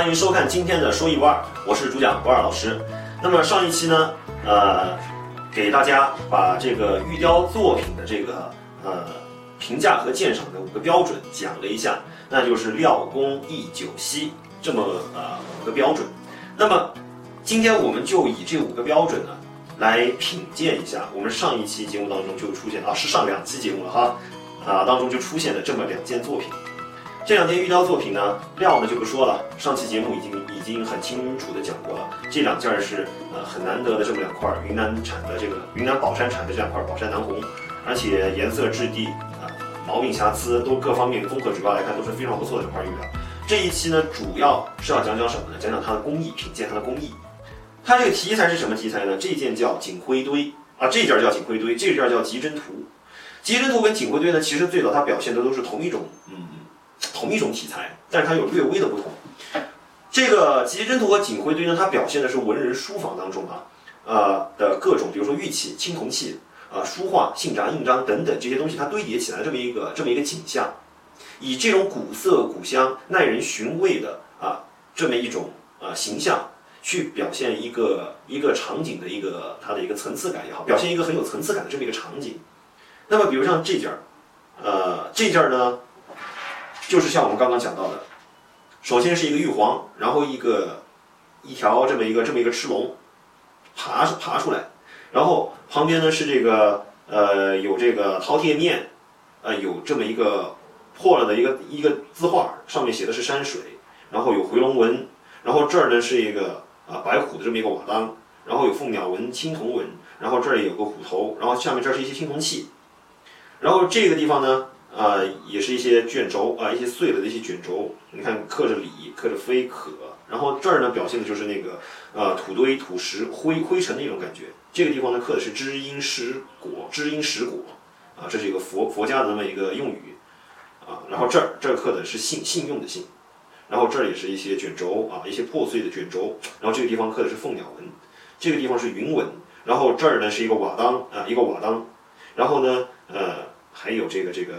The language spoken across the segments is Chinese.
迎收看今天的说一不二，我是主讲不二老师。那么上一期呢，给大家把这个玉雕作品的这个评价和鉴赏的5个标准讲了一下，那就是料工艺酒惜这么5个标准。那么今天我们就以这5个标准呢来品鉴一下我们上一期节目当中就出现是上2期节目了哈，当中就出现了这么2件作品。这2件玉雕作品呢，料呢就不说了，上期节目已经很清楚的讲过了。这2件是很难得的这么2块云南产的这个云南保山产的这2块保山南红，而且颜色质地毛病瑕疵都各方面综合指标来看都是非常不错的2块玉料。这一期呢主要是要讲讲什么呢？讲讲它的工艺，品鉴它的工艺。它这个题材是什么题材呢？这件叫锦灰堆这件叫锦灰堆，这件叫极真图。极真图跟锦灰堆呢，其实最早它表现的都是同一种题材，但是它有略微的不同。这个极真图和锦灰堆呢，它表现的是文人书房当中的各种，比如说玉器、青铜器书画、信札、印章等等这些东西，它堆叠起来这么一个景象，以这种古色古香、耐人寻味的这么一种形象，去表现一个场景的它的一个层次感也好，表现一个很有层次感的这么一个场景。那么比如像这件呢，就是像我们刚刚讲到的，首先是一个玉皇，然后一条这么一个赤龙爬出来，然后旁边呢是这个有这个饕餮面，有这么一个破了的一个字画，上面写的是山水，然后有回龙纹，然后这儿呢是一个白虎的这么一个瓦当，然后有凤鸟纹、青铜纹，然后这儿有个虎头，然后下面这是一些青铜器，然后这个地方呢也是一些卷轴一些碎了的一些卷轴，你看刻着李，刻着飞可，然后这儿呢表现的就是那个土堆、土石、灰尘的一种感觉。这个地方呢刻的是知音识果，这是一个佛家的那么一个用语然后这儿刻的是信用的信，然后这儿也是一些卷轴一些破碎的卷轴，然后这个地方刻的是凤鸟纹，这个地方是云纹，然后这儿呢是一个瓦当然后呢还有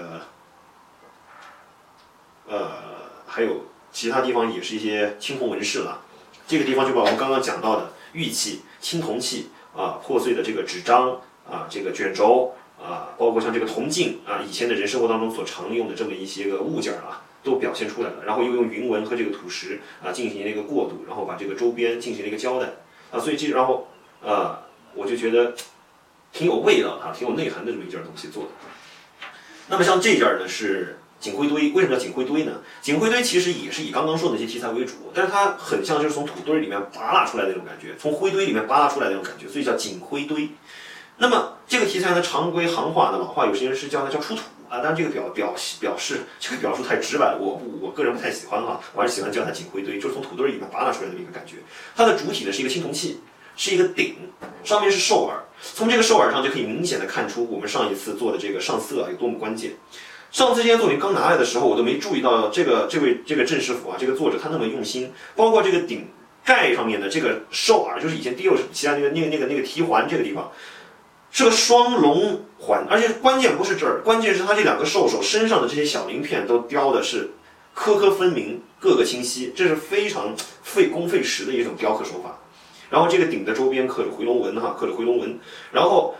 还有其他地方也是一些青铜纹饰了。这个地方就把我们刚刚讲到的玉器、青铜器破碎的这个纸张这个卷轴包括像这个铜镜以前的人生活当中所常用的这么一些个物件都表现出来了。然后又用云纹和这个土石进行了一个过渡，然后把这个周边进行了一个交代所以然后我就觉得挺有味道挺有内涵的这么一件东西做的。那么像这件呢是锦灰堆，为什么叫锦灰堆呢？锦灰堆其实也是以刚刚说的那些题材为主，但是它很像就是从土堆里面扒拉出来的那种感觉，从灰堆里面扒拉出来的那种感觉，所以叫锦灰堆。那么这个题材呢，常规行话的老话有些人是叫它叫出土当然这个表示这个表述太直白了，我个人不太喜欢我还是喜欢叫它锦灰堆，就是从土堆里面扒拉出来的一个感觉。它的主体呢是一个青铜器，是一个鼎，上面是兽耳，从这个兽耳上就可以明显的看出我们上一次做的这个上色有多么关键。上次这件作品刚拿来的时候，我都没注意到这位郑师傅这个作者他那么用心，包括这个鼎盖上面的这个兽耳，就是以前第六旗下那个蹄环这个地方，是个双龙环，而且关键不是这儿，关键是他这2个兽首身上的这些小鳞片都雕的是颗颗分明，各个清晰，这是非常费工费时的一种雕刻手法。然后这个鼎的周边刻着回龙纹然后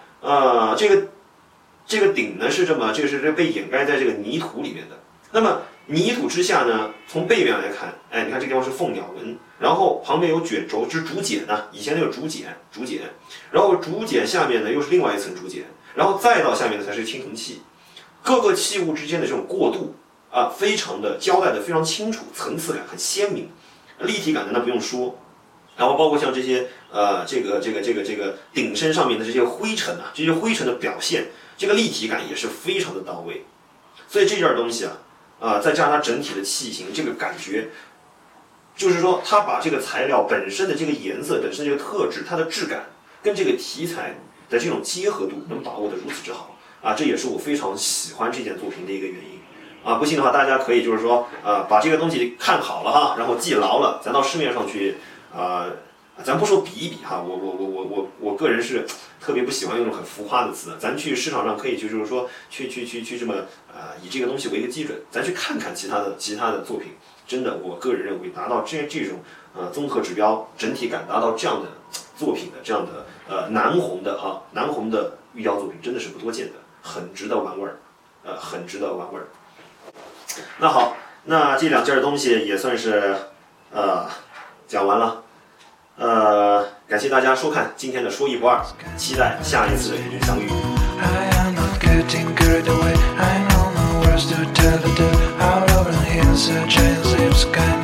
这个鼎呢是这个被掩盖在这个泥土里面的。那么泥土之下呢，从背面来看，你看这个地方是凤鸟纹，然后旁边有卷轴，这是竹简以前那个竹简，然后竹简下面呢又是另外一层竹简，然后再到下面呢才是青铜器，各个器物之间的这种过渡非常的交代的非常清楚，层次感很鲜明，立体感的那不用说。然后包括像这些这个鼎身上面的这些灰尘这些灰尘的表现，这个立体感也是非常的到位。所以这件东西再加上它整体的器型，这个感觉就是说它把这个材料本身的这个颜色本身这个特质，它的质感跟这个题材的这种结合度能把握得如此之好这也是我非常喜欢这件作品的一个原因不信的话大家可以就是说把这个东西看好了然后记牢了，咱到市面上去咱不说比一比我个人是特别不喜欢用这种很浮夸的词，咱去市场上可以就是说去这么以这个东西为一个基准，咱去看看其他的作品， 真的，我个人认为达到这种综合指标整体感达到这样的作品的这样的南红的玉雕作品真的是不多见的，很值得玩味儿，很值得玩味儿。那好，那这2件东西也算是讲完了。感谢大家收看今天的说一不二，期待下一次与您相遇。 Getting carried away, I know my words to tell the tale. Out over the hills, a giant's lips,